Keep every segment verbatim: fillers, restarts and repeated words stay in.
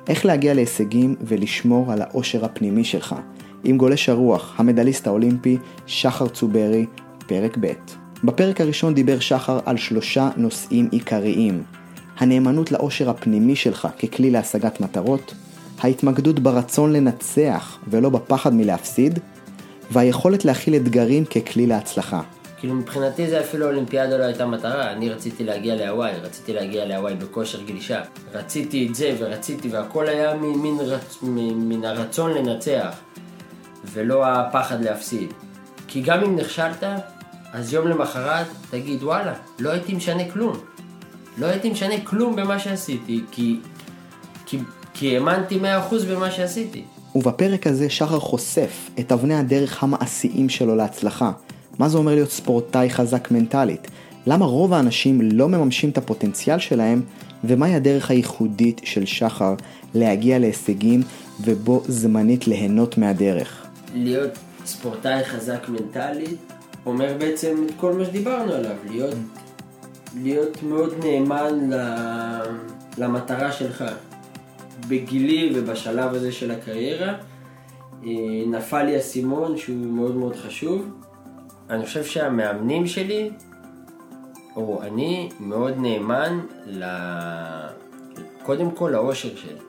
איך להגיע להישגים ולשמור על האושר הפנימי שלך. עם גולש הרוח, המדליסט האולימפי שחר צוברי, פרק ב'. בפרק הראשון דיבר שחר על שלושה נושאים עיקריים. הנאמנות לאושר הפנימי שלך ככלי להשגת מטרות, ההתמקדות ברצון לנצח ולא בפחד מלהפסיד, והיכולת להכיל אתגרים ככלי להצלחה. כאילו מבחינתי זה אפילו אולימפיאדה לא הייתה מטרה, אני רציתי להגיע להוואי, רציתי להגיע להוואי בכושר גלישה. רציתי את זה ורציתי והכל היה מן, רצ... מן הרצון לנצח ולא הפחד להפסיד. כי גם אם נכשלת, אז יום למחרת תגיד וואלה, לא הייתי משנה כלום. לא הייתי משנה כלום במה שעשיתי, כי, כי, כי האמנתי מאה אחוז במה שעשיתי. ובפרק הזה שחר חושף את אבני הדרך המעשיים שלו להצלחה. מה זה אומר להיות ספורטאי חזק מנטלית? למה רוב האנשים לא מממשים את הפוטנציאל שלהם? ומהי הדרך הייחודית של שחר להגיע להישגים ובו זמנית ליהנות מהדרך? להיות ספורטאי חזק מנטלית אומר בעצם את כל מה שדיברנו עליו. להיות, להיות מאוד נאמן למטרה שלך. בגילי ובשלב הזה של הקריירה נפל לי הסימון שהוא מאוד מאוד חשוב. אני חושב שהמאמנים שלי, או אני, מאוד נאמן ל... קודם כל לאושר שלי.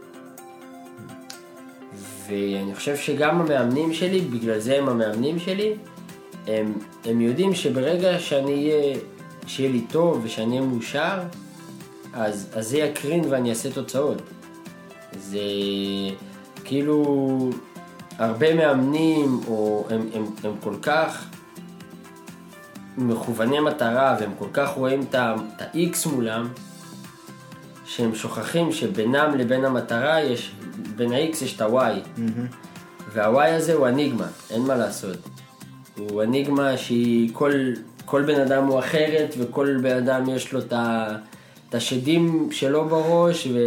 ואני חושב שגם המאמנים שלי, בגלל זה הם המאמנים שלי, הם, הם יודעים שברגע שאני אהיה, שיהיה לי טוב ושאני אהיה מאושר, אז, אז זה יקרין ואני אעשה תוצאות. זה כאילו הרבה מאמנים, או הם, הם, הם כל כך מכווני מטרה, והם כל כך רואים את ה-X מולם, שהם שוכחים שבינם לבין המטרה יש, בין ה-X יש את ה-Y. Mm-hmm. וה-Y הזה הוא אניגמה, אין מה לעשות. הוא אניגמה שהיא כל, כל בן אדם הוא אחרת, וכל בן אדם יש לו את השדים שלו בראש, ו...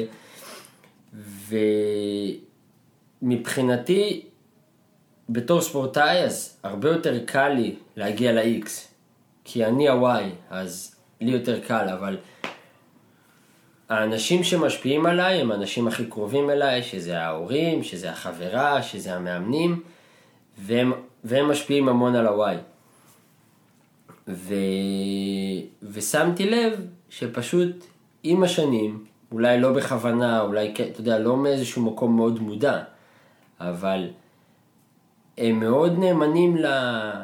ומבחינתי, בתור ספורטאי, אז הרבה יותר קל לי להגיע ל-X, כי אני ה-Y, אז לי יותר קל, אבל האנשים שמשפיעים עליי הם האנשים הכי קרובים אליי, שזה ההורים, שזה החברה, שזה המאמנים, והם, והם משפיעים המון על ה-Y. ו... ושמתי לב שפשוט עם השנים, אולי לא בכוונה, אולי, אתה יודע, לא מאיזשהו מקום מאוד מודע, אבל הם מאוד נאמנים ל...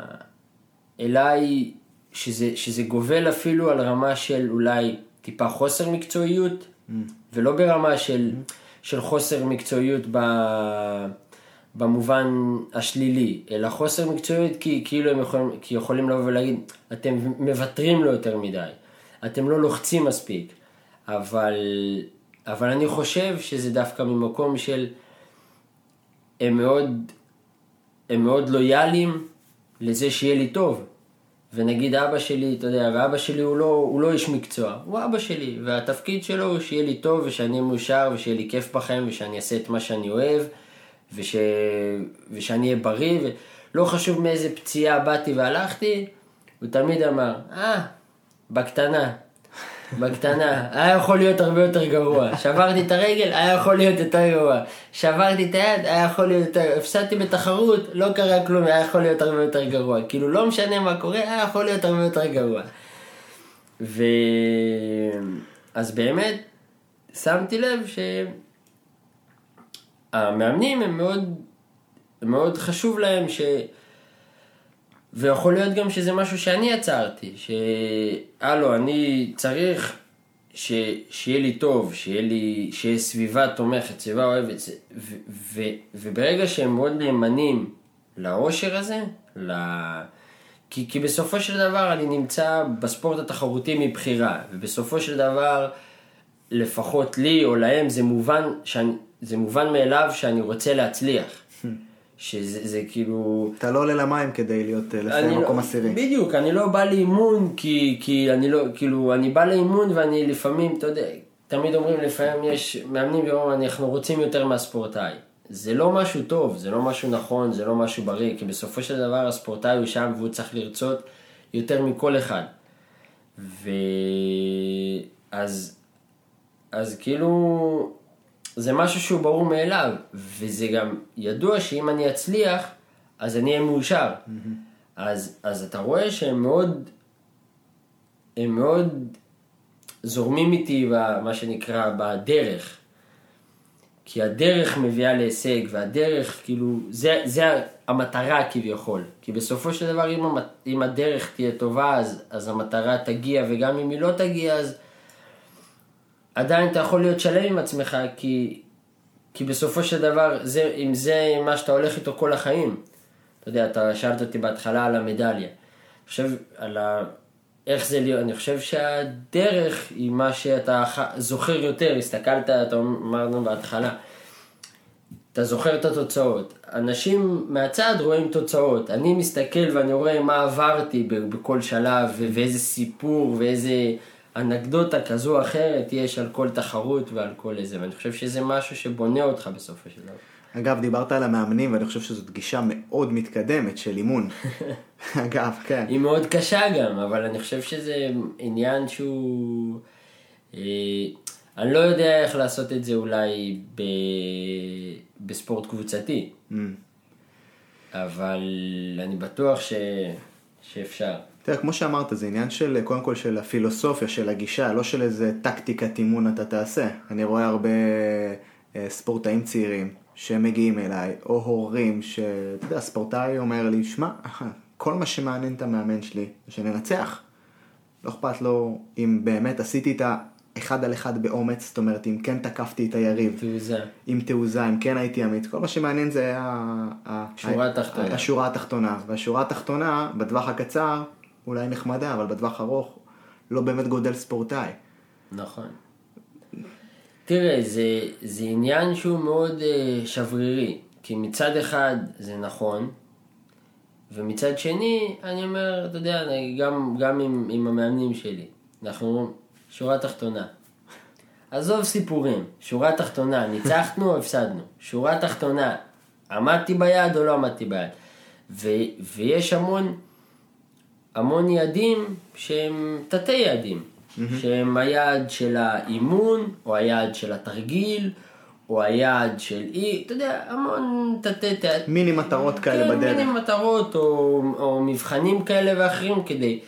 אליי, שזה, שזה גובל אפילו על רמה של אולי טיפה חוסר מקצועיות, mm. ולא ברמה של, mm. של חוסר מקצועיות ב... במובן השלילי, אלא חוסר מקצועיות כי כאילו הם יכולים, כי יכולים לבוא ולהגיד, אתם מוותרים לו יותר מדי, אתם לא לוחצים מספיק, אבל, אבל אני חושב שזה דווקא ממקום של הם מאוד, הם מאוד לויאליים לזה שיהיה לי טוב. ונגיד אבא שלי, אתה יודע, ואבא שלי הוא לא, הוא לא איש מקצוע, הוא אבא שלי, והתפקיד שלו הוא שיהיה לי טוב ושאני מאושר ושיהיה לי כיף בכם ושאני אעשה את מה שאני אוהב וש... ושאני אהיה בריא ולא חשוב מאיזה פציעה באתי והלכתי, הוא תמיד אמר, אה, בקטנה, בקטנה, היה יכול להיות הרבה יותר גרוע. שברתי את הרגל, היה יכול להיות יותר גרוע. שברתי את היד, היה יכול להיות יותר... הפסדתי בתחרות, לא קרה כלום, היה יכול להיות הרבה יותר גרוע. כאילו לא משנה מה קורה, היה יכול להיות הרבה יותר גרוע. ו... אז באמת, שמתי לב שהמאמנים הם מאוד, מאוד חשוב להם ש... ויכול להיות גם שזה משהו שאני יצרתי, שאלו, אני צריך ש... שיהיה לי טוב, שיהיה לי, שיהיה סביבה תומכת, סביבה אוהבת, ו... ו... וברגע שהם מאוד נאמנים לאושר הזה, ל... כי... כי בסופו של דבר אני נמצא בספורט התחרותי מבחירה, ובסופו של דבר, לפחות לי או להם, זה מובן, שאני... זה מובן מאליו שאני רוצה להצליח. שזה זה כאילו... אתה לא עולה למים כדי להיות לפני מקום לא, עשירי. בדיוק, אני לא בא לאימון כי, כי אני לא, כאילו, אני בא לאימון ואני לפעמים, אתה יודע, תמיד אומרים לפעמים יש מאמנים ואומרים, אנחנו רוצים יותר מהספורטאי. זה לא משהו טוב, זה לא משהו נכון, זה לא משהו בריא, כי בסופו של דבר הספורטאי הוא שם והוא צריך לרצות יותר מכל אחד. ואז, אז כאילו, זה משהו שהוא ברור מאליו, וזה גם ידוע שאם אני אצליח, אז אני אהיה מאושר. Mm-hmm. אז, אז אתה רואה שהם מאוד, הם מאוד זורמים איתי במה שנקרא בדרך. כי הדרך מביאה להישג, והדרך, כאילו, זה, זה המטרה כביכול. כי בסופו של דבר, אם, המת, אם הדרך תהיה טובה, אז, אז המטרה תגיע, וגם אם היא לא תגיע, אז עדיין אתה יכול להיות שלם עם עצמך, כי, כי בסופו של דבר, זה, אם זה מה שאתה הולך איתו כל החיים. אתה יודע, אתה שאלת אותי בהתחלה על המדליה. אני חושב על ה... איך זה להיות, אני חושב שהדרך היא מה שאתה זוכר יותר, הסתכלת, אתה אמרנו בהתחלה, אתה זוכר את התוצאות. אנשים מהצד רואים תוצאות, אני מסתכל ואני רואה מה עברתי בכל שלב, ואיזה סיפור ואיזה אנקדוטה כזו או אחרת יש על כל תחרות ועל כל איזה, ואני חושב שזה משהו שבונה אותך בסופו של דבר. אגב, דיברת על המאמנים, ואני חושב שזאת גישה מאוד מתקדמת של אימון. אגב, כן. היא מאוד קשה גם, אבל אני חושב שזה עניין שהוא... אה, אני לא יודע איך לעשות את זה אולי ב... בספורט קבוצתי. Mm. אבל אני בטוח ש... שאפשר. תראה, כמו שאמרת, זה עניין של, קודם כל של הפילוסופיה, של הגישה, לא של איזה טקטיקת אימון אתה תעשה. אני רואה הרבה ספורטאים צעירים שמגיעים אליי, או הורים שאתה יודע, ספורטאי אומר לי, שמע, כל מה שמעניין את המאמן שלי, זה שננצח. לא אכפת לו אם באמת עשיתי את האחד על אחד באומץ, זאת אומרת, אם כן תקפתי את היריב. תעוזה. עם תעוזה, אם כן הייתי אמיץ. כל מה שמעניין זה השורה התחתונה. השורה התחתונה. והשורה התחתונה, בטווח הקצר, אולי נחמדה, אבל בטווח ארוך, לא באמת גודל ספורטאי. נכון. תראה, זה, זה עניין שהוא מאוד uh, שברירי, כי מצד אחד זה נכון, ומצד שני, אני אומר, אתה יודע, גם, גם עם, עם המאמנים שלי, אנחנו אומרים, שורה תחתונה. עזוב סיפורים, שורה תחתונה, ניצחנו או הפסדנו, שורה תחתונה, עמדתי ביד או לא עמדתי ביד. ו, ויש המון, המון יעדים שהם תתי יעדים. שהם היעד של האימון, או היעד של התרגיל, או היעד של אי, אתה יודע, המון תתת... מיני מטרות כאלה כן, בדרך. מיני מטרות, או, או מבחנים כאלה ואחרים כדי...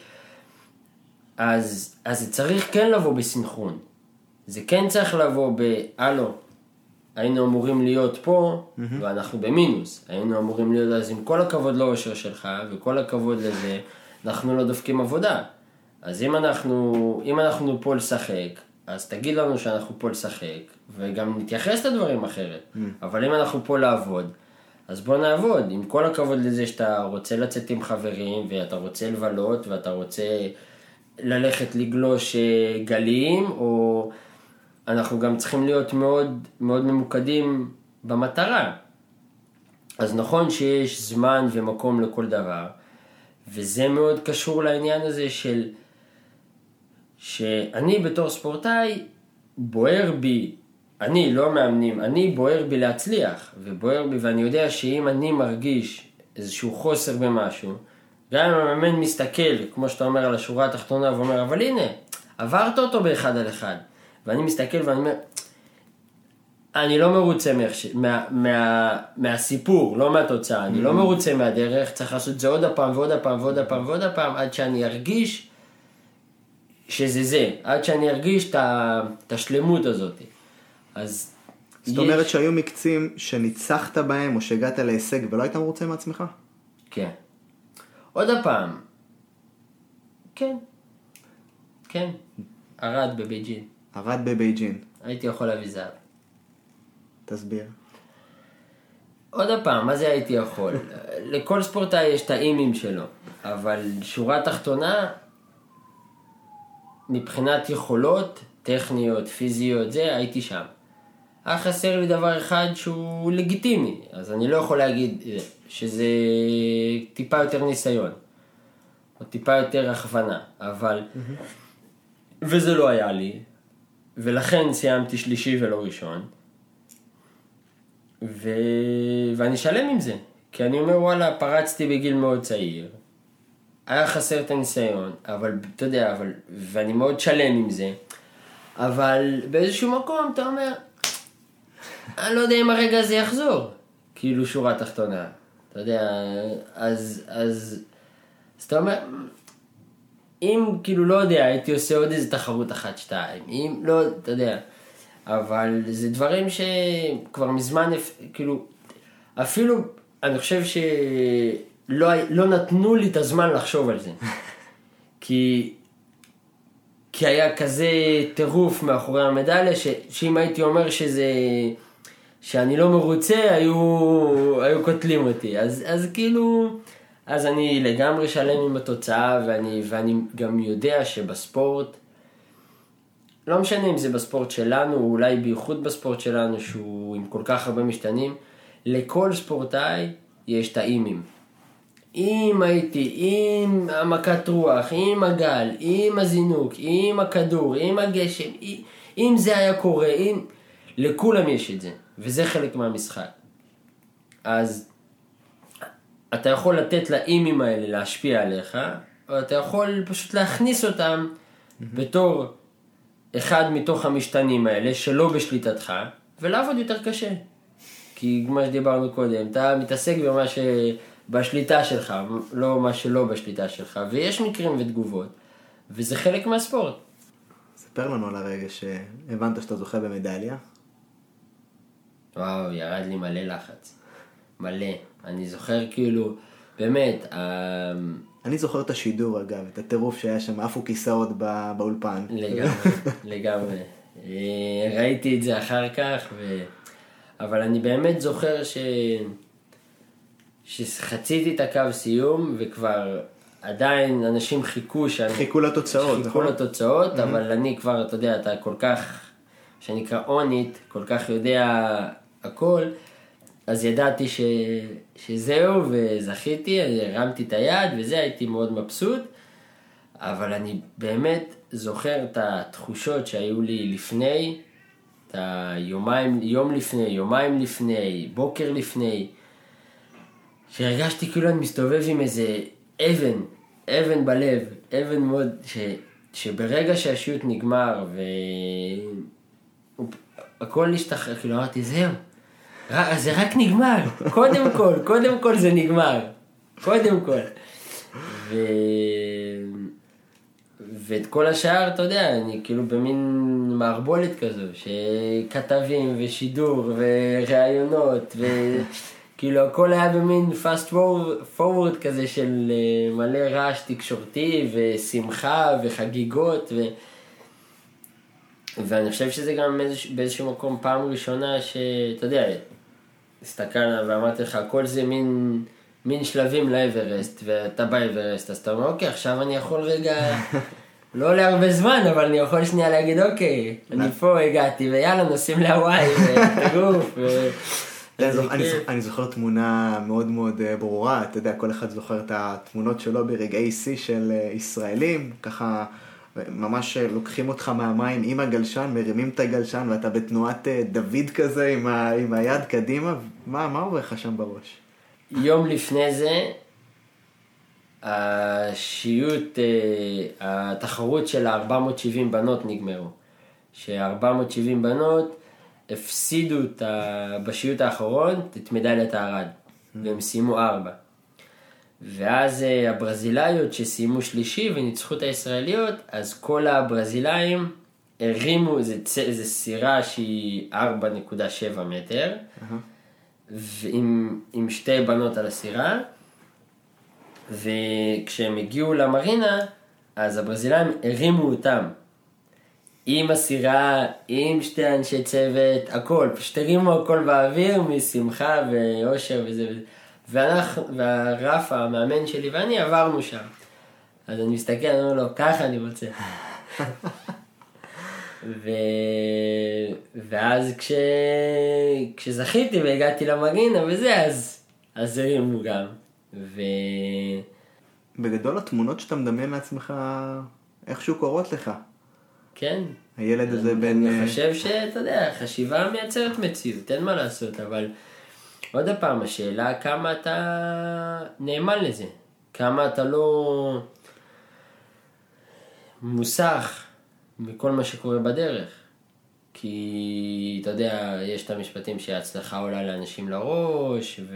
אז, אז זה צריך כן לבוא בסינכרון. זה כן צריך לבוא ב-הלו, היינו אמורים להיות פה, mm-hmm. ואנחנו במינוס. היינו אמורים להיות, אז עם כל הכבוד לאושר שלך, וכל הכבוד לזה, אנחנו לא דופקים עבודה. אז אם אנחנו, אם אנחנו פה לשחק, אז תגיד לנו שאנחנו פה לשחק, וגם נתייחס לדברים אחרת. Mm. אבל אם אנחנו פה לעבוד, אז בוא נעבוד. עם כל הכבוד לזה שאתה רוצה לצאת עם חברים, ואתה רוצה לבלות, ואתה רוצה ללכת לגלוש גלים, או אנחנו גם צריכים להיות מאוד, מאוד ממוקדים במטרה. אז נכון שיש זמן ומקום לכל דבר, וזה מאוד קשור לעניין הזה של... שאני בתור ספורטאי בוער בי, אני לא מאמנים, אני בוער בי להצליח, ובוער בי, ואני יודע שאם אני מרגיש איזשהו חוסר במשהו, גם אם המאמן מסתכל, כמו שאתה אומר על השורה התחתונה, ואומר, אבל הנה, עברת אותו באחד על אחד, ואני מסתכל ואני אומר, אני לא מרוצה מה, מה, מהסיפור, לא מהתוצאה, אני לא מרוצה מהדרך, צריך לעשות את זה עוד הפעם ועוד הפעם ועוד הפעם ועוד הפעם, עד שאני ארגיש שזה זה, עד שאני ארגיש את השלמות הזאת. אז זאת אומרת שהיו מקצים שניצחת בהם או שהגעת להישג ולא היית מרוצה מעצמך? כן. עוד הפעם. כן. כן. ערד בבייג'ין. ערד בבייג'ין. הייתי יכול להביא זהב. תסביר. עוד הפעם, מה זה הייתי יכול? לכל ספורטאי יש את האימים שלו, אבל שורה תחתונה, מבחינת יכולות, טכניות, פיזיות, זה, הייתי שם. היה חסר לי דבר אחד שהוא לגיטימי, אז אני לא יכול להגיד שזה טיפה יותר ניסיון, או טיפה יותר הכוונה, אבל, mm-hmm. וזה לא היה לי, ולכן סיימתי שלישי ולא ראשון, ו... ואני שלם עם זה, כי אני אומר, וואלה, פרצתי בגיל מאוד צעיר, היה חסר את הניסיון, אבל אתה יודע, אבל, ואני מאוד שלם עם זה, אבל באיזשהו מקום אתה אומר, אני לא יודע אם הרגע הזה יחזור, כאילו שורה תחתונה, אתה יודע, אז, אז, אז אתה אומר, אם כאילו לא יודע, הייתי עושה עוד איזה תחרות אחת, שתיים, אם לא, אתה יודע, אבל זה דברים שכבר מזמן, כאילו, אפילו, אני חושב שלא לא נתנו לי את הזמן לחשוב על זה, כי, כי היה כזה טירוף מאחורי המדליה, ש, שאם הייתי אומר שזה, שאני לא מרוצה, היו, היו קוטלים אותי, אז, אז כאילו, אז אני לגמרי שלם עם התוצאה, ואני, ואני גם יודע שבספורט, לא משנה אם זה בספורט שלנו, או אולי בייחוד בספורט שלנו, שהוא עם כל כך הרבה משתנים, לכל ספורטאי יש טעימים. אם הייתי, עם המכת רוח, עם הגל, עם הזינוק, עם הכדור, עם הגשם, אם זה היה קורה, אם... לכולם יש את זה, וזה חלק מהמשחק. אז אתה יכול לתת לאימים האלה להשפיע עליך, או אתה יכול פשוט להכניס אותם בתור אחד מתוך המשתנים האלה, שלא בשליטתך, ולעבוד יותר קשה. כי כמו שדיברנו קודם, אתה מתעסק במה שבשליטה שלך, לא מה שלא בשליטה שלך, ויש מקרים ותגובות, וזה חלק מהספורט. ספר לנו על הרגע שהבנת שאתה זוכה במדליה. וואו, ירד לי מלא לחץ. מלא. אני זוכר כאילו, באמת, אני זוכר את השידור אגב, את הטירוף שהיה שם, עפו כיסאות בא, באולפן. לגמרי, לגמרי. ראיתי את זה אחר כך, ו... אבל אני באמת זוכר ש... שחציתי את הקו סיום, וכבר עדיין אנשים חיכו שאני... חיכו לתוצאות, חיכו נכון? לתוצאות, mm-hmm. אבל אני כבר, אתה יודע, אתה כל כך, שנקרא אונית, כל כך יודע הכל, אז ידעתי ש... שזהו, וזכיתי, הרמתי את היד, וזה, הייתי מאוד מבסוט, אבל אני באמת זוכר את התחושות שהיו לי לפני, את היומיים, יום לפני, יומיים לפני, בוקר לפני, שהרגשתי כאילו אני מסתובב עם איזה אבן, אבן בלב, אבן מאוד, ש... שברגע שהשיעוט נגמר, והכל נשתחרר, כאילו אמרתי, זהו, זה רק נגמר, קודם כל, קודם כל זה נגמר, קודם כל. ו... ואת כל השאר, אתה יודע, אני כאילו במין מערבולת כזו, שכתבים ושידור וראיונות, וכאילו הכל היה במין fast forward כזה של מלא רעש תקשורתי ושמחה וחגיגות, ו... ואני חושב שזה גם באיזשהו מקום פעם ראשונה שאתה יודע, הסתכלנו ואמרתי לך, הכל זה מין, מין שלבים לאברסט, ואתה באברסט, אז אתה אומר, אוקיי, עכשיו אני יכול רגע, לא להרבה זמן, אבל אני יכול שנייה להגיד, אוקיי, אני פה הגעתי, ויאללה, נוסעים להוואי, וטירוף, ו... אני זוכר תמונה מאוד מאוד ברורה, אתה יודע, כל אחד זוכר את התמונות שלו ברגעי שיא של ישראלים, ככה ממש לוקחים אותך מהמים עם הגלשן, מרימים את הגלשן, ואתה בתנועת דוד כזה עם, ה, עם היד קדימה, מה, מה עובר לך שם בראש? יום לפני זה, השיעוט, התחרות של ה-ארבע מאות שבעים בנות נגמרו. ש-ארבע מאות שבעים בנות הפסידו בשיעוט האחרון את מדליית הארד, והם סיימו ארבע. ואז הברזילאיות שסיימו שלישי וניצחו את הישראליות, אז כל הברזילאים הרימו, זה, זה סירה שהיא ארבע נקודה שבע מטר, uh-huh. ועם, עם שתי בנות על הסירה, וכשהם הגיעו למרינה, אז הברזילאים הרימו אותם, עם הסירה, עם שתי אנשי צוות, הכל, פשוט הרימו הכל באוויר, משמחה ואושר וזה וזה. ואנחנו, והרף, המאמן שלי ואני עברנו שם. אז אני מסתכל, אני אומר לו, ככה אני רוצה. ו... ואז כש... כשזכיתי והגעתי למגינה וזה, אז, אז הרימו גם. ו... בגדול התמונות שאתה מדמיין לעצמך, איכשהו קורות לך. כן. הילד הזה בין... אני חושב שאתה יודע, חשיבה מייצרת מציאות, אין מה לעשות, אבל... עוד הפעם, השאלה כמה אתה נאמן לזה, כמה אתה לא מוסך מכל מה שקורה בדרך. כי אתה יודע, יש את המשפטים שההצלחה עולה לאנשים לראש, ו...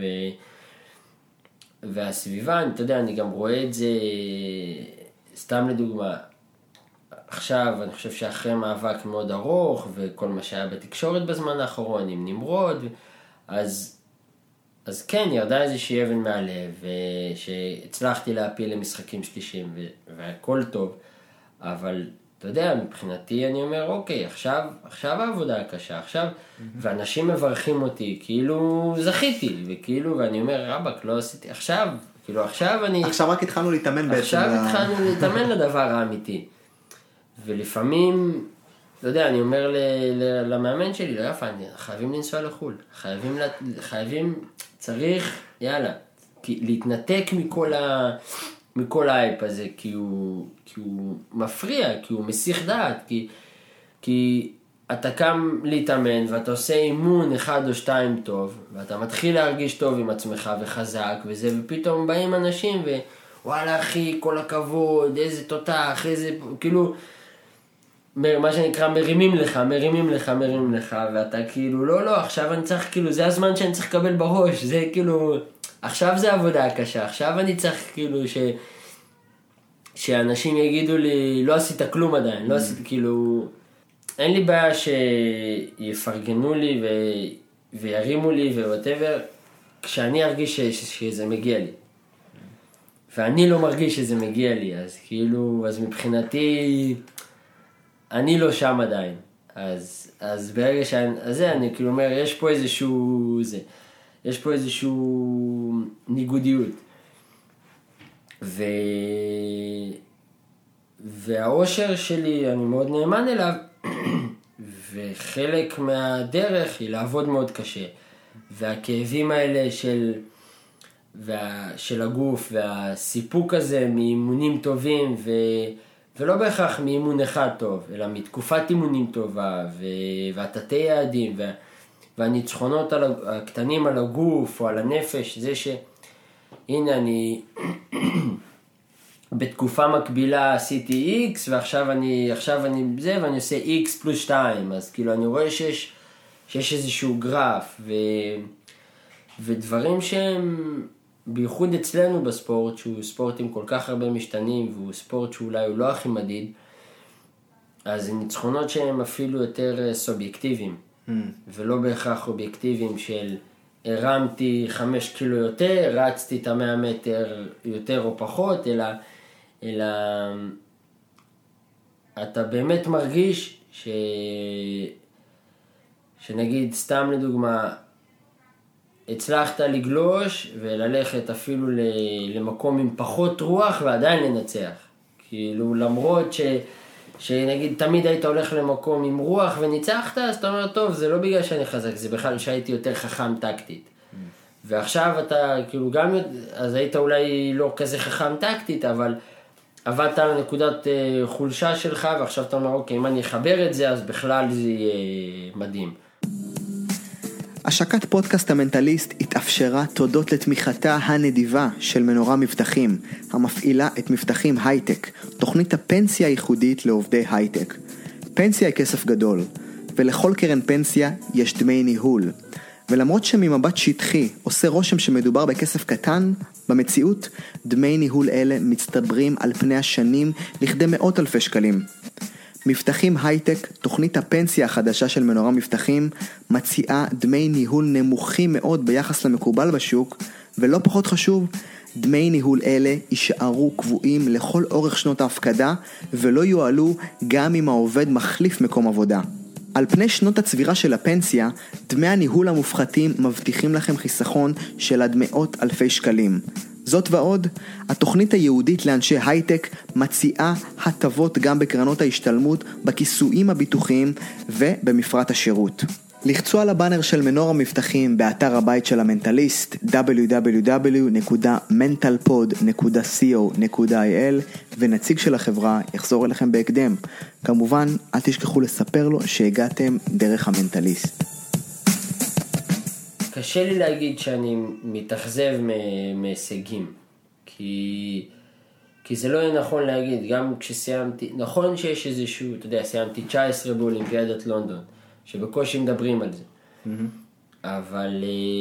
והסביבה, אתה יודע, אני גם רואה את זה, סתם לדוגמה, עכשיו אני חושב שאחרי מאבק מאוד ארוך, וכל מה שהיה בתקשורת בזמן האחרון עם נמרוד, אז, אז כן, ירדה איזושהי אבן מהלב, שהצלחתי להפיל למשחקים שלישים, והכל טוב, אבל אתה יודע, מבחינתי אני אומר, אוקיי, עכשיו, עכשיו העבודה הקשה, עכשיו, mm-hmm. ואנשים מברכים אותי, כאילו זכיתי, וכאילו, ואני אומר, רבק, לא עשיתי, עכשיו, כאילו, עכשיו אני... עכשיו רק התחלנו להתאמן בעצם. עכשיו לה... התחלנו להתאמן לדבר האמיתי. ולפעמים, אתה יודע, אני אומר ל, ל, למאמן שלי, לא יפה, חייבים לנסוע לחול, חייבים, חייבים, צריך, יאללה, להתנתק מכל ה... מכל האייפ הזה, כי הוא, כי הוא מפריע, כי הוא מסיח דעת, כי, כי אתה קם להתאמן ואתה עושה אימון אחד או שתיים טוב, ואתה מתחיל להרגיש טוב עם עצמך וחזק וזה, ופתאום באים אנשים ווואלה אחי, כל הכבוד, איזה תותח, איזה, כאילו, מה שנקרא מרימים לך, מרימים לך, מרימים לך, ואתה כאילו, לא, לא, עכשיו אני צריך, כאילו, זה הזמן שאני צריך לקבל בראש, זה כאילו... עכשיו זה עבודה הקשה, עכשיו אני צריך כאילו ש... שאנשים יגידו לי, לא עשית כלום עדיין, לא עשית כאילו... אין לי בעיה שיפרגנו לי ו... וירימו לי ווואטאבר, כשאני ארגיש ש... שזה מגיע לי. ואני לא מרגיש שזה מגיע לי, אז כאילו, אז מבחינתי, אני לא שם עדיין. אז, אז ברגע שאני... אז זה, אני כאילו אומר, יש פה איזשהו... זה... יש פה איזשהו ניגודיות. ו... והאושר שלי, אני מאוד נאמן אליו, וחלק מהדרך היא לעבוד מאוד קשה. והכאבים האלה של, וה... של הגוף, והסיפוק הזה מאימונים טובים, ו... ולא בהכרח מאימון אחד טוב, אלא מתקופת אימונים טובה, ו... והתתי יעדים, וה... והניצחונות הקטנים על הגוף או על הנפש, זה ש... הנה אני בתקופה מקבילה עשיתי X, ועכשיו אני, עכשיו אני זה, ואני עושה X פלוס שתיים, אז כאילו אני רואה שיש, שיש איזשהו גרף, ו... ודברים שהם, בייחוד אצלנו בספורט, שהוא ספורט עם כל כך הרבה משתנים, והוא ספורט שאולי הוא לא הכי מדיד, אז ניצחונות שהם אפילו יותר סובייקטיביים. ולא בהכרח אובייקטיביים של הרמתי חמש קילו יותר, רצתי את המאה מטר יותר או פחות, אלא, אלא אתה באמת מרגיש ש... שנגיד סתם לדוגמה, הצלחת לגלוש וללכת אפילו למקום עם פחות רוח ועדיין לנצח. כאילו למרות ש... שנגיד תמיד היית הולך למקום עם רוח וניצחת, אז אתה אומר, טוב, זה לא בגלל שאני חזק, זה בכלל שהייתי יותר חכם טקטית. Mm. ועכשיו אתה, כאילו גם, אז היית אולי לא כזה חכם טקטית, אבל עבדת על נקודת חולשה שלך, ועכשיו אתה אומר, אוקיי, אם אני אחבר את זה, אז בכלל זה יהיה מדהים. השקת פודקאסט המנטליסט התאפשרה תודות לתמיכתה הנדיבה של מנורה מבטחים, המפעילה את מבטחים הייטק, תוכנית הפנסיה הייחודית לעובדי הייטק. פנסיה היא כסף גדול, ולכל קרן פנסיה יש דמי ניהול. ולמרות שממבט שטחי עושה רושם שמדובר בכסף קטן, במציאות דמי ניהול אלה מצטברים על פני השנים לכדי מאות אלפי שקלים. מבטחים הייטק, תוכנית הפנסיה החדשה של מנורה מבטחים, מציעה דמי ניהול נמוכים מאוד ביחס למקובל בשוק, ולא פחות חשוב, דמי ניהול אלה יישארו קבועים לכל אורך שנות ההפקדה, ולא יועלו גם אם העובד מחליף מקום עבודה. על פני שנות הצבירה של הפנסיה, דמי הניהול המופחתים מבטיחים לכם חיסכון של עד מאות אלפי שקלים. זאת ועוד, התוכנית היהודית לאנשי הייטק מציעה הטבות גם בקרנות ההשתלמות, בכיסויים הביטוחיים ובמפרט השירות. לחצו על הבאנר של מנורה מבטחים באתר הבית של המנטליסט דאבליו דאבליו דאבליו נקודה מנטל פוד נקודה סי או נקודה איי אל ונציג של החברה יחזור אליכם בהקדם. כמובן, אל תשכחו לספר לו שהגעתם דרך המנטליסט. קשה לי להגיד שאני מתאכזב מהישגים, כי, כי זה לא יהיה נכון להגיד, גם כשסיימתי, נכון שיש איזשהו, אתה יודע, סיימתי תשע עשרה באולימפיאדת לונדון, שבקושי מדברים על זה. אבל,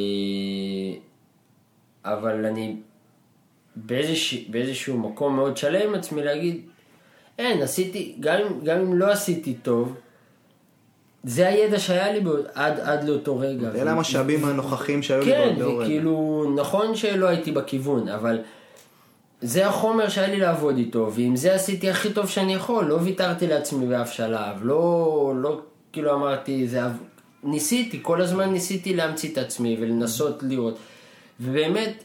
אבל אני באיזשה, באיזשהו מקום מאוד שלם עם עצמי להגיד, אין, עשיתי, גם, גם אם לא עשיתי טוב, זה הידע שהיה לי בעוד, עד, עד לאותו רגע. אלה המשאבים הנוכחים שהיו לי כן, באותו רגע. וכאילו, נכון שלא הייתי בכיוון, אבל זה החומר שהיה לי לעבוד איתו, ועם זה עשיתי הכי טוב שאני יכול, לא ויתרתי לעצמי באף שלב, לא, לא כאילו אמרתי, זה, ניסיתי, כל הזמן ניסיתי להמציא את עצמי ולנסות לראות, ובאמת,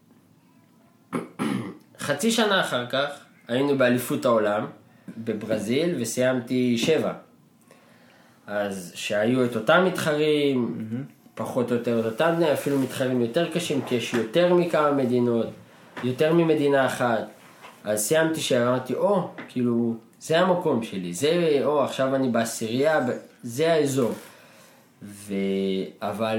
חצי שנה אחר כך, היינו באליפות העולם, בברזיל, וסיימתי שבע. אז שהיו את אותם מתחרים, mm-hmm. פחות או יותר את אותם, אפילו מתחרים יותר קשים, כי יש יותר מכמה מדינות, יותר ממדינה אחת. אז סיימתי שאמרתי, או, כאילו, זה המקום שלי, זה, או, עכשיו אני בעשירייה, זה האזור. ו... אבל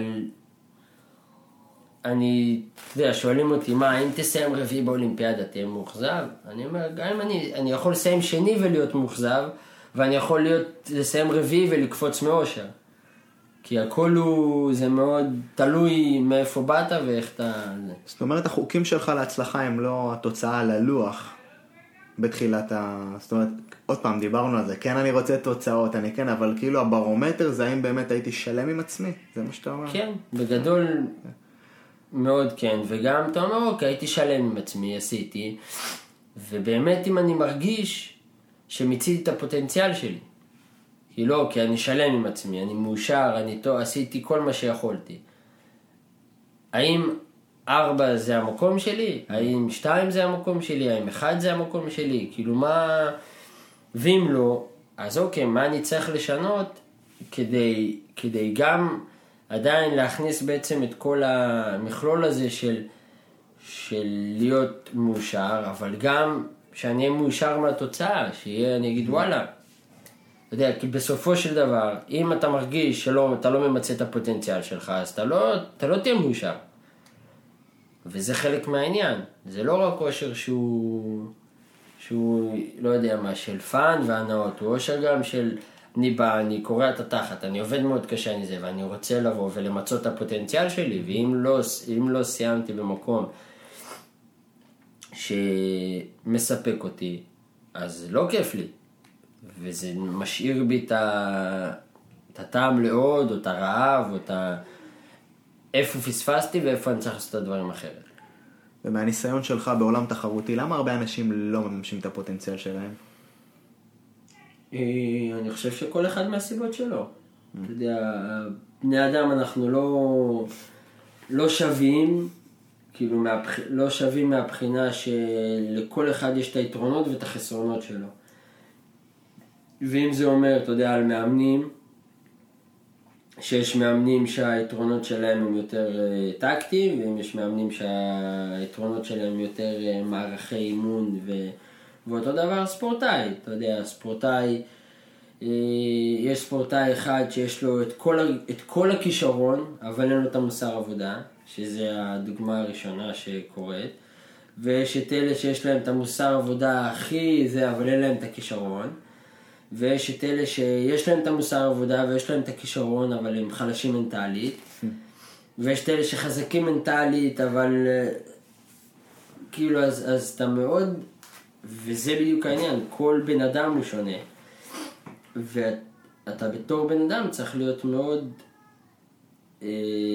אני, אתה יודע, שואלים אותי, מה, אם תסיים רביעי באולימפיאדה, תהיה מאוכזב? אני אומר, גם אם אני, אני יכול לסיים שני ולהיות מאוכזב, ואני יכול להיות, לסיים רביעי ולקפוץ מאושר. כי הכל הוא, זה מאוד תלוי מאיפה באת ואיך אתה... זאת אומרת, החוקים שלך להצלחה הם לא התוצאה על הלוח בתחילת ה... זאת אומרת, עוד פעם, דיברנו על זה, כן, אני רוצה תוצאות, אני כן, אבל כאילו הברומטר זה האם באמת הייתי שלם עם עצמי, זה מה שאתה אומר? כן, בגדול מאוד כן, וגם אתה אומר, אוקיי, הייתי שלם עם עצמי, עשיתי, ובאמת אם אני מרגיש שמיציתי את הפוטנציאל שלי, כי לא, כי אני שלם עם עצמי, אני מאושר, אני טוב, עשיתי כל מה שיכולתי. האם ארבע זה המקום שלי? האם שתיים זה המקום שלי? האם אחד זה המקום שלי? כאילו מה... ואם לא, אז אוקיי, מה אני צריך לשנות כדי, כדי גם עדיין להכניס בעצם את כל המכלול הזה של, של להיות מאושר, אבל גם שאני אהיה מאושר מהתוצאה, שיהיה, אני אגיד, וואלה, אתה יודע, כי בסופו של דבר, אם אתה מרגיש שלא, אתה לא ממצא את הפוטנציאל שלך, אז אתה לא, אתה לא תהיה מאושר. וזה חלק מהעניין. זה לא רק אושר שהוא, שהוא, לא יודע מה, של פן והנאות, הוא אושר גם של, אני בא, אני קורא את התחת, אני עובד מאוד קשה עם זה, ואני רוצה לבוא ולמצוא את הפוטנציאל שלי, ואם לא, אם לא סיימתי במקום שמספק אותי, אז לא כיף לי. וזה משאיר בי את, ה... את הטעם לעוד, או את הרעב, או את ה... איפה פספסתי ואיפה אני צריך לעשות את הדברים אחרת. ומהניסיון שלך בעולם תחרותי, למה הרבה אנשים לא מממשים את הפוטנציאל שלהם? אני חושב שכל אחד מהסיבות שלו. אתה יודע, בני אדם אנחנו לא, לא שווים, כאילו מהבח... לא שווים מהבחינה שלכל אחד יש את היתרונות ואת החסרונות שלו. ואם זה אומר, אתה יודע, על מאמנים, שיש מאמנים שהיתרונות שלהם הם יותר uh, טקטיים, ואם יש מאמנים שהיתרונות שלהם הם יותר uh, מערכי אימון, ו... ואותו דבר ספורטאי, אתה יודע, ספורטאי, uh, יש ספורטאי אחד שיש לו את כל, את כל הכישרון, אבל אין לו את המוסר עבודה, שזה הדוגמה הראשונה שקורית, ויש את אלה שיש להם את המוסר עבודה הכי זה, אבל אין להם את הכישרון, ויש את אלה שיש להם את המוסר עבודה ויש להם את הכישרון, אבל הם חלשים מנטלית. ויש את אלה שחזקים מנטלית, אבל כאילו, אז, אז אתה מאוד, וזה בדיוק העניין, כל בן אדם הוא שונה. ואתה בתור בן אדם צריך להיות מאוד אה,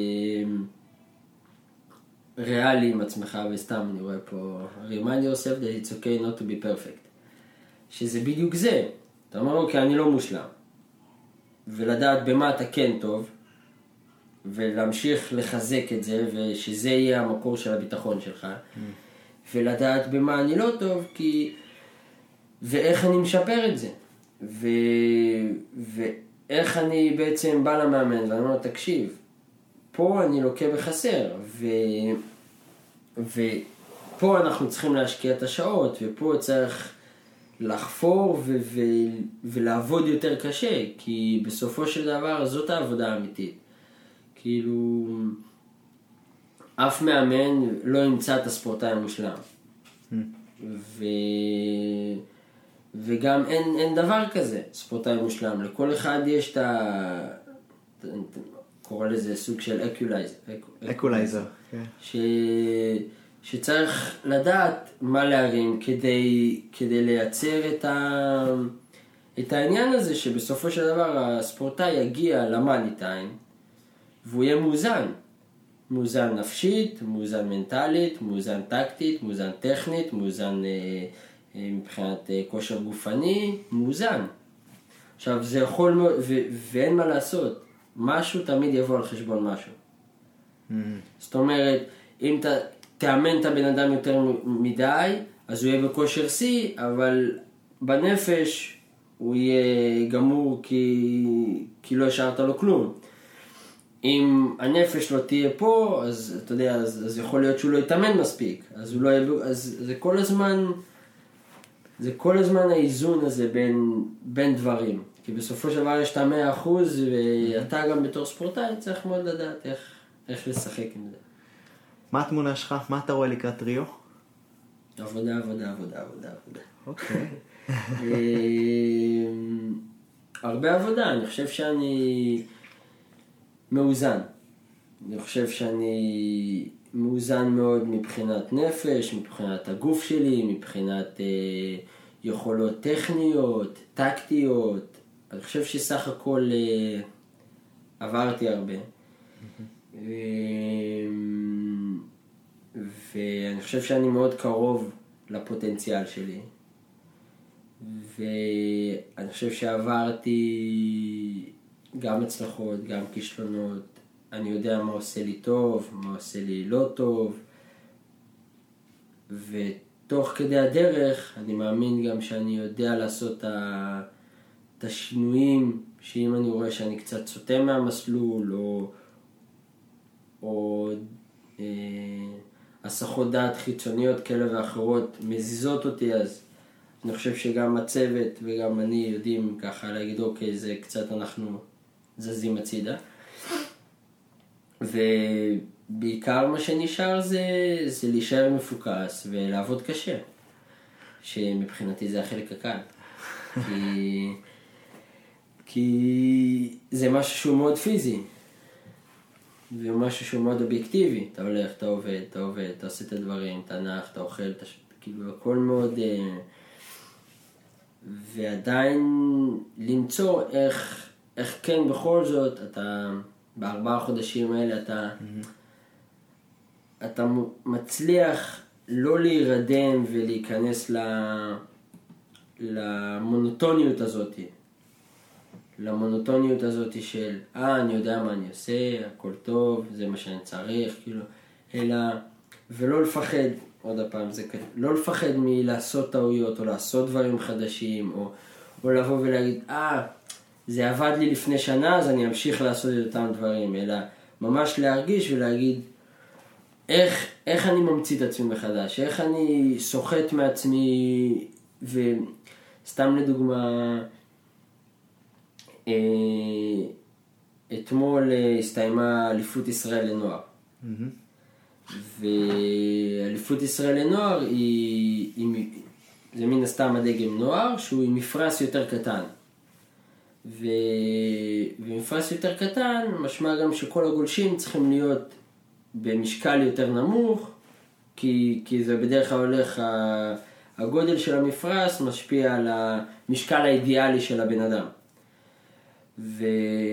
ריאלי עם עצמך, וסתם אני רואה פה, remind yourself that it's okay not to be perfect. שזה בדיוק זה. אתה אומר, אוקיי, אני לא מושלם. ולדעת במה אתה כן טוב, ולהמשיך לחזק את זה, ושזה יהיה המקור של הביטחון שלך. Mm. ולדעת במה אני לא טוב, כי... ואיך אני משפר את זה. ו... ואיך אני בעצם בא למאמן, ואני אומר, תקשיב, פה אני לוקה בחסר, ו... ופה אנחנו צריכים להשקיע את השעות, ופה צריך... לחפור ו- ו- ולעבוד יותר קשה, כי בסופו של דבר זאת העבודה האמיתית. כאילו, אף מאמן לא ימצא את הספורטאי המושלם. ו- וגם אין, אין דבר כזה, ספורטאי מושלם. לכל אחד יש את, ה- קורא לזה סוג של אקולייזר. אקולייזר, כן. ש... שצריך לדעת מה להרים כדי, כדי לייצר את, ה... את העניין הזה, שבסופו של דבר הספורטאי יגיע למאני טיים, והוא יהיה מאוזן. מאוזן נפשית, מאוזן מנטלית, מאוזן טקטית, מאוזן טכנית, מאוזן אה, אה, מבחינת אה, כושר גופני, מאוזן. עכשיו זה יכול, ו- ואין מה לעשות, משהו תמיד יבוא על חשבון משהו. Mm-hmm. זאת אומרת, אם אתה תאמן את הבן אדם יותר מדי, אז הוא יהיה בכושר C, אבל בנפש הוא יהיה גמור כי, כי לא השארת לו כלום. אם הנפש לא תהיה פה, אז אתה יודע, אז, אז יכול להיות שהוא לא יתאמן מספיק. אז הוא לא יהיה, אז זה כל הזמן, זה כל הזמן האיזון הזה בין, בין דברים. כי בסופו של דבר יש את המאה אחוז, ואתה גם בתור ספורטאי צריך מאוד לדעת איך, איך לשחק עם זה. מה התמונה שלך? מה אתה רואה לקראת ריו? עבודה, עבודה, עבודה, עבודה, עבודה. אוקיי. הרבה עבודה, אני חושב שאני מאוזן. אני חושב שאני מאוזן מאוד מבחינת נפש, מבחינת הגוף שלי, מבחינת אה, יכולות טכניות, טקטיות. אני חושב שסך הכל אה, עברתי הרבה. Mm-hmm. ואני חושב שאני מאוד קרוב לפוטנציאל שלי. ואני חושב שעברתי גם הצלחות, גם כישלונות. אני יודע מה עושה לי טוב, מה עושה לי לא טוב. ותוך כדי הדרך אני מאמין גם שאני יודע לעשות את השינויים, שאם אני רואה שאני קצת סוטה מהמסלול, או, או אה, הסחות דעת חיצוניות כאלה ואחרות מזיזות אותי, אז אני חושב שגם הצוות וגם אני יודעים ככה להגיד, אוקיי, זה קצת אנחנו זזים הצידה. ובעיקר מה שנשאר זה, זה להישאר מפוקס ולעבוד קשה. שמבחינתי זה החלק הקל. כי, כי זה משהו שהוא מאוד פיזי. ומשהו שהוא מאוד אובייקטיבי. אתה הולך, אתה עובד, אתה עובד, אתה עושה את הדברים, אתה נח, אתה אוכל, אתה, כאילו הכל מאוד... ועדיין למצוא איך, איך כן בכל זאת, אתה בארבעה חודשים האלה אתה, mm-hmm. אתה מצליח לא להירדם ולהיכנס ל, למונוטוניות הזאת, למונוטוניות הזאת של, אה, אני יודע מה אני עושה, הכל טוב, זה מה שאני צריך, כאילו, אלא, ולא לפחד, עוד הפעם, זה כזה, לא לפחד מלעשות טעויות, או לעשות דברים חדשים, או, או לבוא ולהגיד, אה, זה עבד לי לפני שנה, אז אני אמשיך לעשות את אותם דברים, אלא ממש להרגיש ולהגיד, איך, איך אני ממציא את עצמי מחדש, איך אני סוחט מעצמי, וסתם לדוגמה, אה, אתמול הסתיימה אליפות ישראל לנוער. Mm-hmm. ואליפות ישראל לנוער היא, היא, זה מן הסתם הדגם נוער שהוא עם מפרס יותר קטן. ו, ומפרס יותר קטן משמע גם שכל הגולשים צריכים להיות במשקל יותר נמוך, כי, כי זה בדרך כלל הולך, הגודל של המפרס משפיע על המשקל האידיאלי של הבן אדם. ו,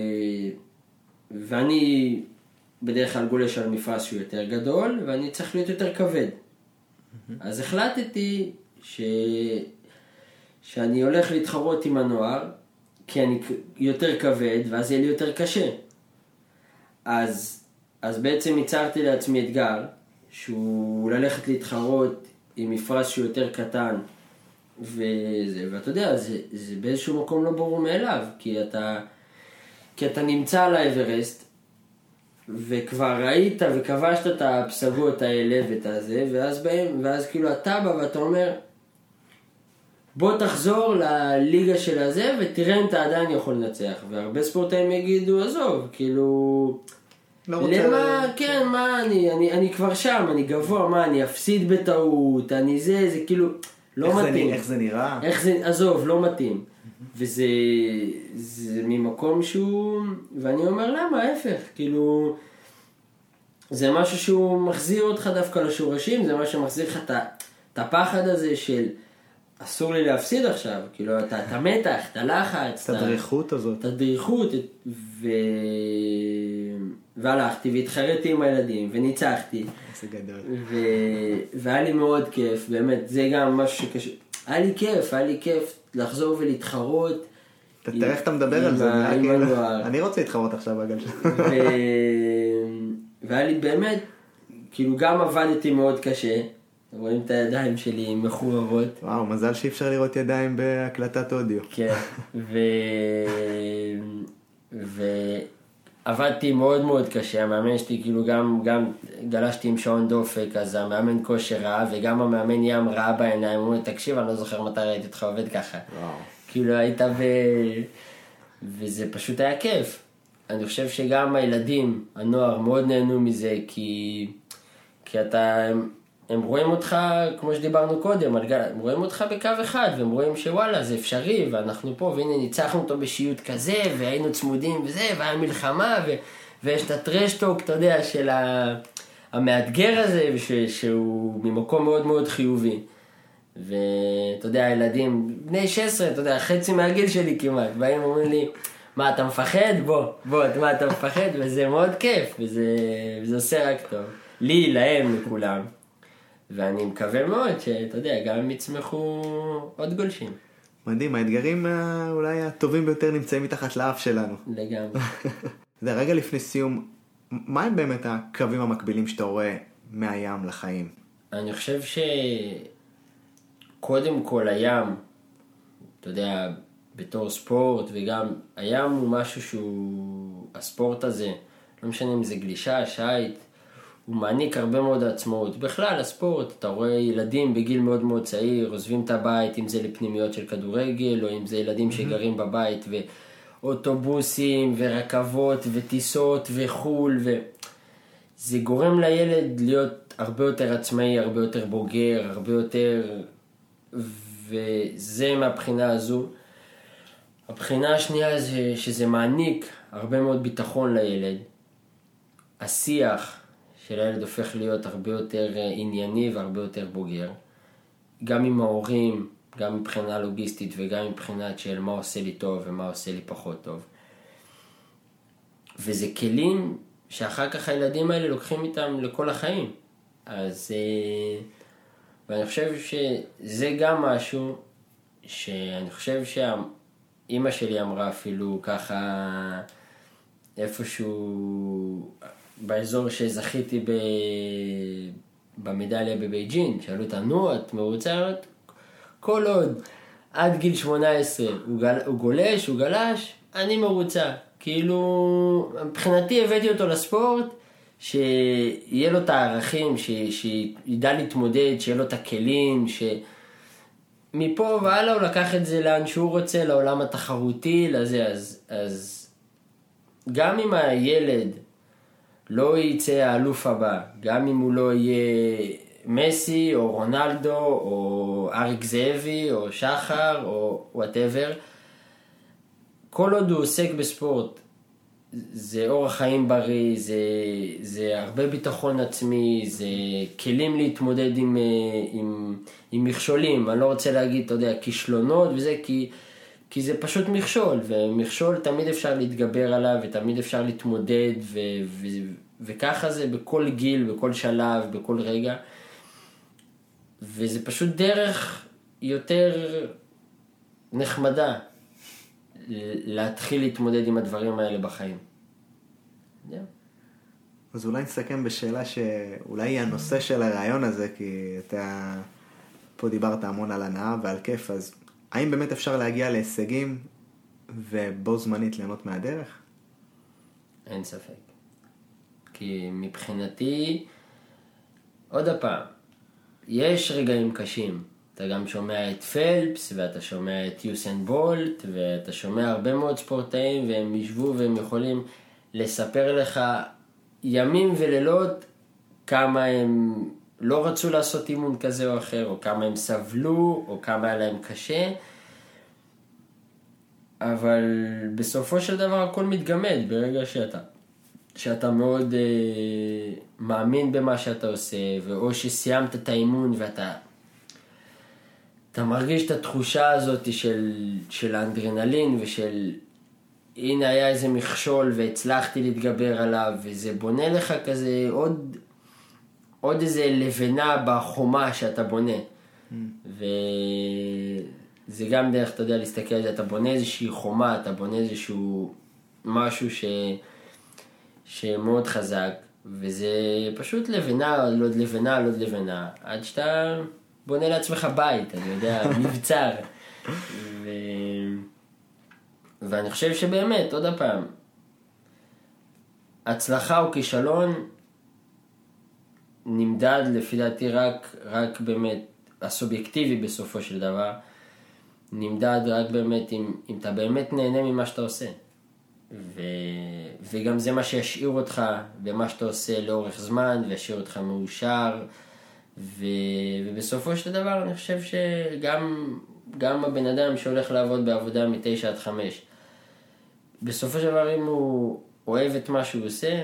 ואני בדרך כלל גולש על מפרס שהוא יותר גדול, ואני צריך להיות יותר כבד. Mm-hmm. אז החלטתי ש... שאני הולך להתחרות עם הנוער, כי אני יותר כבד, ואז יהיה לי יותר קשה. אז, אז בעצם ייצרתי לעצמי אתגר, שהוא ללכת להתחרות עם מפרס שהוא יותר קטן, וזה, ואתה יודע, זה, זה באיזשהו מקום לא ברור מאליו, כי אתה, כי אתה נמצא על האברסט, וכבר ראית וכבשת את הפסגות האלה ואת הזה, ואז בהם, ואז כאילו אתה בא ואתה אומר, בוא תחזור לליגה של הזה ותראה אם אתה עדיין יכול לנצח. והרבה ספורטאים יגידו, עזוב, כאילו, לא למה, רוצה... כן, מה, אני, אני, אני כבר שם, אני גבוה, מה, אני אפסיד בטעות, אני זה, זה כאילו, לא איך מתאים. זה, איך זה נראה? איך זה, עזוב, לא מתאים. וזה זה ממקום שהוא, ואני אומר למה, ההפך, כאילו, זה משהו שהוא מחזיר אותך דווקא לשורשים, זה משהו שמחזיר לך את הפחד הזה של, אסור לי להפסיד עכשיו, כאילו, את המתח, את הלחץ, את הדריכות הזאת. את הדריכות, ו... והלכתי והתחרתי עם הילדים, וניצחתי. זה גדול. ו... והיה לי מאוד כיף, באמת, זה גם משהו שקשור. היה לי כיף, היה לי כיף לחזור ולהתחרות. תראה איך אתה מדבר על זה, אני רוצה להתחרות עכשיו אגב. והיה לי באמת, כאילו גם עבדתי מאוד קשה, רואים את הידיים שלי מחוררות. וואו, מזל שאי אפשר לראות ידיים בהקלטת אודיו. כן, ועבדתי מאוד מאוד קשה, המאמן שלי כאילו גם, גם גלשתי עם שעון דופק, אז המאמן כושר ראה, וגם המאמן ים ראה בעיניים, הוא אומר, תקשיב, אני לא זוכר מתי ראיתי אותך עובד ככה. וואו. כאילו היית ב... וזה פשוט היה כיף. אני חושב שגם הילדים, הנוער, מאוד נהנו מזה, כי, כי אתה, הם, הם רואים אותך, כמו שדיברנו קודם, הם רואים אותך בקו אחד, והם רואים שוואלה, זה אפשרי, ואנחנו פה, והנה ניצחנו אותו בשיעוט כזה, והיינו צמודים וזה, והיה מלחמה, ו, ויש את הטרשטוק, אתה יודע, של ה, המאתגר הזה, וש, שהוא ממקום מאוד מאוד חיובי. ואתה יודע, הילדים, בני שש עשרה, אתה יודע, חצי מהגיל שלי כמעט, באים ואומרים לי, מה, אתה מפחד? בוא, בוא, מה, אתה מפחד? וזה מאוד כיף, וזה, וזה עושה רק טוב. לי, להם, לכולם. ואני מקווה מאוד שאתה יודע, גם הם יצמחו עוד גולשים. מדהים, האתגרים אולי הטובים ביותר נמצאים מתחת לאף שלנו. לגמרי. זה רגע לפני סיום, מה הם באמת הקווים המקבילים שאתה רואה מהים לחיים? אני חושב שקודם כל הים, אתה יודע, בתור ספורט, וגם הים הוא משהו שהוא, הספורט הזה, לא משנה אם זה גלישה, שייט, הוא מעניק הרבה מאוד עצמאות. בכלל, הספורט, אתה רואה ילדים בגיל מאוד מאוד צעיר, עוזבים את הבית, אם זה לפנימיות של כדורגל, או אם זה ילדים שגרים בבית, ואוטובוסים, ורכבות, וטיסות, וחול, וזה גורם לילד להיות הרבה יותר עצמאי, הרבה יותר בוגר, הרבה יותר, וזה מהבחינה הזו. הבחינה השנייה זה שזה מעניק הרבה מאוד ביטחון לילד. השיח של הילד הופך להיות הרבה יותר ענייני והרבה יותר בוגר. גם עם ההורים, גם מבחינה לוגיסטית וגם מבחינת של מה עושה לי טוב ומה עושה לי פחות טוב. וזה כלים שאחר כך הילדים האלה לוקחים איתם לכל החיים. אז, ואני חושב שזה גם משהו שאני חושב שהאמא שלי אמרה אפילו ככה איפשהו באזור שזכיתי ב... במדליה בבייג'ין, שאלו אותה, נו, את מרוצה? כל עוד עד גיל שמונה עשרה הוא, גל... הוא גולש, הוא גלש, אני מרוצה. כאילו, מבחינתי הבאתי אותו לספורט, שיהיה לו את הערכים, ש... שידע להתמודד, שיהיה לו את הכלים, שמפה והלאה הוא לקח את זה לאן שהוא רוצה, לעולם התחרותי, לזה, אז, אז גם אם הילד לא יצא האלוף הבא, גם אם הוא לא יהיה מסי או רונלדו או אריק זאבי או שחר או whatever, כל עוד הוא עוסק בספורט, זה אורח חיים בריא, זה, זה הרבה ביטחון עצמי, זה כלים להתמודד עם, עם, עם מכשולים. אני לא רוצה להגיד, אתה יודע, כישלונות וזה, כי, כי זה פשוט מכשול, ומכשול תמיד אפשר להתגבר עליו, ותמיד אפשר להתמודד, ו, ו, וככה זה בכל גיל, בכל שלב, בכל רגע. וזה פשוט דרך יותר נחמדה, להתחיל להתמודד עם הדברים האלה בחיים. Yeah. אז אולי נסכם בשאלה שאולי היא הנושא של הרעיון הזה, כי אתה פה דיברת המון על הנאה ועל כיף, אז האם באמת אפשר להגיע להישגים ובו זמנית ליהנות מהדרך? אין ספק. כי מבחינתי, עוד הפעם, יש רגעים קשים. אתה גם שומע את פלפס, ואתה שומע את יוסן בולט, ואתה שומע הרבה מאוד ספורטאים, והם ישבו והם יכולים לספר לך ימים ולילות כמה הם לא רצו לעשות אימון כזה או אחר, או כמה הם סבלו, או כמה היה להם קשה. אבל בסופו של דבר הכל מתגמד ברגע שאתה, שאתה מאוד אה, מאמין במה שאתה עושה, ואו שסיימת את האימון ואתה אתה מרגיש את התחושה הזאת של, של האנדרנלין ושל הנה היה איזה מכשול והצלחתי להתגבר עליו, וזה בונה לך כזה עוד, עוד איזה לבנה בחומה שאתה בונה. Mm. וזה גם דרך, אתה יודע, להסתכל על זה, אתה בונה איזושהי חומה, אתה בונה איזשהו משהו ש... שמאוד חזק, וזה פשוט לבנה, על עוד לבנה, על עוד לבנה, עד שאתה בונה לעצמך בית, אני יודע, מבצר. ו... ואני חושב שבאמת, עוד הפעם, הצלחה או כישלון נמדד לפי דעתי רק, רק באמת, הסובייקטיבי בסופו של דבר, נמדד רק באמת אם, אם אתה באמת נהנה ממה שאתה עושה. ו... וגם זה מה שישאיר אותך במה שאתה עושה לאורך זמן, וישאיר אותך מאושר, ו... ובסופו של דבר אני חושב שגם גם הבן אדם שהולך לעבוד בעבודה מתשע עד חמש, בסופו של דבר אם הוא אוהב את מה שהוא עושה,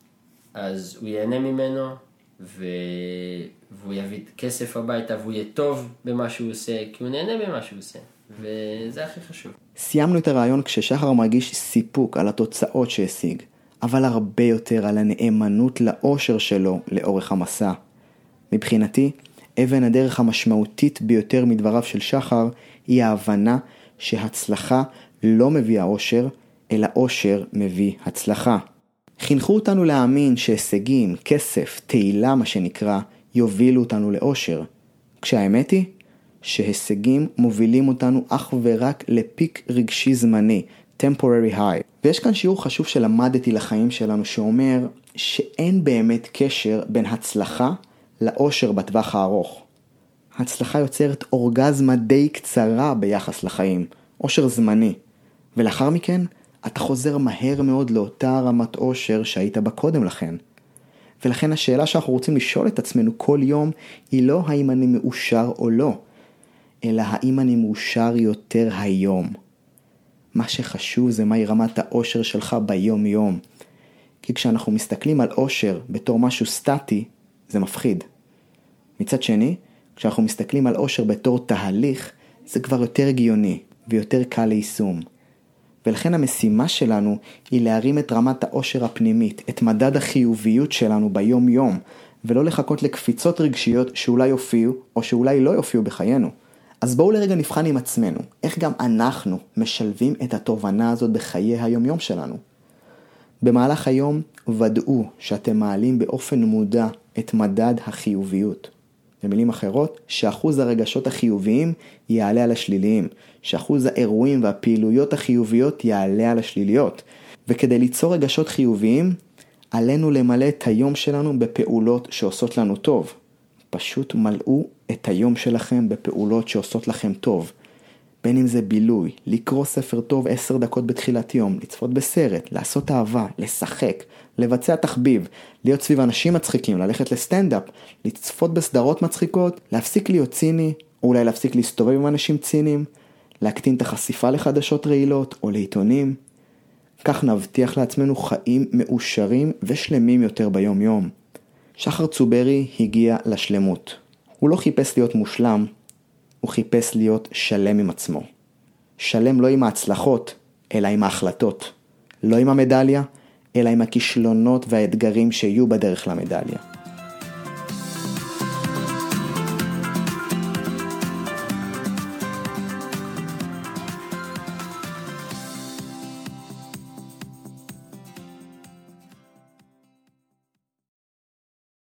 אז הוא ייהנה ממנו, ו... והוא יביא כסף הביתה, והוא יהיה טוב במה שהוא עושה, כי הוא נהנה במה שהוא עושה, וזה הכי חשוב. סיימנו את הרעיון כששחר מרגיש סיפוק על התוצאות שהשיג, אבל הרבה יותר על הנאמנות לאושר שלו לאורך המסע. מבחינתי, אבן הדרך המשמעותית ביותר מדבריו של שחר היא ההבנה שהצלחה לא מביאה אושר, אלא אושר מביא הצלחה. חינכו אותנו להאמין שהישגים, כסף, תהילה מה שנקרא, יובילו אותנו לאושר. כשהאמת היא שהישגים מובילים אותנו אך ורק לפיק רגשי זמני, temporary high. ויש כאן שיעור חשוב שלמדתי לחיים שלנו שאומר שאין באמת קשר בין הצלחה לאושר בטווח הארוך. הצלחה יוצרת אורגזמה די קצרה ביחס לחיים, אושר זמני. ולאחר מכן אתה חוזר מהר מאוד לאותה רמת אושר שהיית בה קודם לכן. ולכן השאלה שאנחנו רוצים לשאול את עצמנו כל יום היא לא האם אני מאושר או לא, אלא האם אני מאושר יותר היום. מה שחשוב זה מהי רמת האושר שלך ביום יום. כי כשאנחנו מסתכלים על אושר בתור משהו סטטי, זה מפחיד. מצד שני, כשאנחנו מסתכלים על אושר בתור תהליך, זה כבר יותר הגיוני ויותר קל ליישום. ולכן המשימה שלנו היא להרים את רמת האושר הפנימית, את מדד החיוביות שלנו ביום יום, ולא לחכות לקפיצות רגשיות שאולי יופיעו או שאולי לא יופיעו בחיינו. אז בואו לרגע נבחן עם עצמנו, איך גם אנחנו משלבים את התובנה הזאת בחיי היום יום שלנו. במהלך היום ודאו שאתם מעלים באופן מודע את מדד החיוביות. במילים אחרות, שאחוז הרגשות החיוביים יעלה על השליליים, שאחוז האירועים והפעילויות החיוביות יעלה על השליליות. וכדי ליצור רגשות חיוביים, עלינו למלא את היום שלנו בפעולות שעושות לנו טוב. פשוט מלאו את היום שלכם בפעולות שעושות לכם טוב. בין אם זה בילוי, לקרוא ספר טוב עשר דקות בתחילת יום, לצפות בסרט, לעשות אהבה, לשחק, לבצע תחביב, להיות סביב אנשים מצחיקים, ללכת לסטנדאפ, לצפות בסדרות מצחיקות, להפסיק להיות ציני, או אולי להפסיק להסתובב עם אנשים ציניים, להקטין את החשיפה לחדשות רעילות או לעיתונים. כך נבטיח לעצמנו חיים מאושרים ושלמים יותר ביום יום. שחר צוברי הגיע לשלמות. הוא לא חיפש להיות מושלם, הוא חיפש להיות שלם עם עצמו. שלם לא עם ההצלחות, אלא עם ההחלטות. לא עם המדליה, אלא עם הכישלונות והאתגרים שיהיו בדרך למדליה.